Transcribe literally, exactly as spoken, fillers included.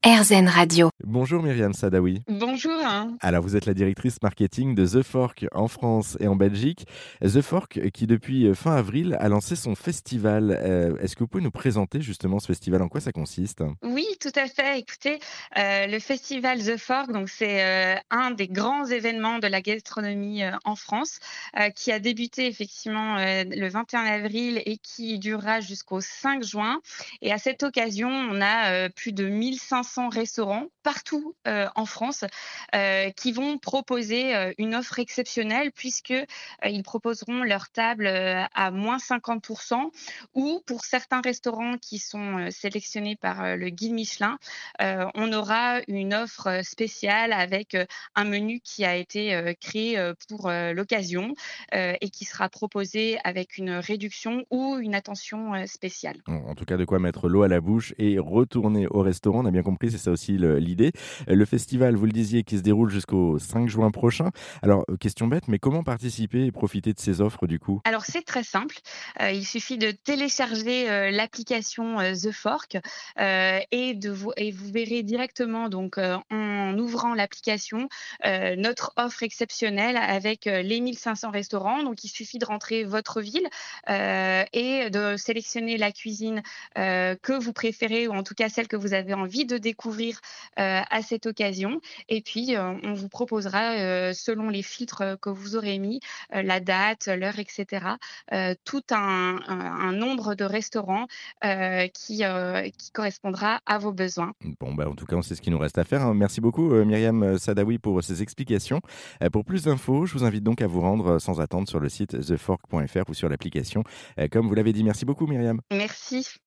AirZen Radio. Bonjour Myriam Sadawi. Bonjour. Alors vous êtes la directrice marketing de The Fork en France et en Belgique. The Fork qui depuis fin avril a lancé son festival. Euh, est-ce que vous pouvez nous présenter justement ce festival? En quoi ça consiste? Oui, tout à fait. Écoutez, euh, le festival The Fork, donc c'est euh, un des grands événements de la gastronomie euh, en France, euh, qui a débuté effectivement euh, le vingt et un avril et qui durera jusqu'au cinq juin. Et à cette occasion, on a euh, plus de mille cinq cents restaurants partout euh, en France euh, qui vont proposer euh, une offre exceptionnelle puisque euh, ils proposeront leur table euh, à moins cinquante pour cent ou pour certains restaurants qui sont euh, sélectionnés par euh, le guide Michelin, euh, on aura une offre spéciale avec euh, un menu qui a été euh, créé euh, pour euh, l'occasion euh, et qui sera proposé avec une réduction ou une attention euh, spéciale. En en tout cas, de quoi mettre l'eau à la bouche et retourner au restaurant. On a bien compris, c'est ça aussi le- l'idée. Euh, Le festival, vous le disiez, qui se déroule jusqu'au cinq juin prochain. Alors, euh, question bête, mais comment participer et profiter de ces offres du coup? Alors c'est très simple, heu, il suffit de télécharger, heu, l'application, heu, The Fork, heu et de vous et vous verrez directement donc, heu, en ouvrant l'application, heu, notre offre exceptionnelle avec, heu, les mille cinq cents restaurants. Donc il suffit de rentrer votre ville, heu et de sélectionner la cuisine, heu, que vous préférez ou en tout cas celle que vous avez envie de découvrir, heu, à cette occasion et puis, heu, on vous proposera, heu, selon les filtres, que vous aurez mis, heu, la date, l'heure et cetera, heu, tout un un un nombre de restaurants, heu, qui, heu, qui correspondra à vos besoins. Bon, bah, en tout cas, on sait ce qu'il nous reste à faire, hein. Merci beaucoup, euh, Myriam euh, Sadawi, pour ces explications. Euh, pour plus d'infos, je vous invite donc à vous rendre euh, sans attendre sur le site the fork point f r ou sur l'application. Euh, comme vous l'avez dit, merci beaucoup, Myriam. Merci.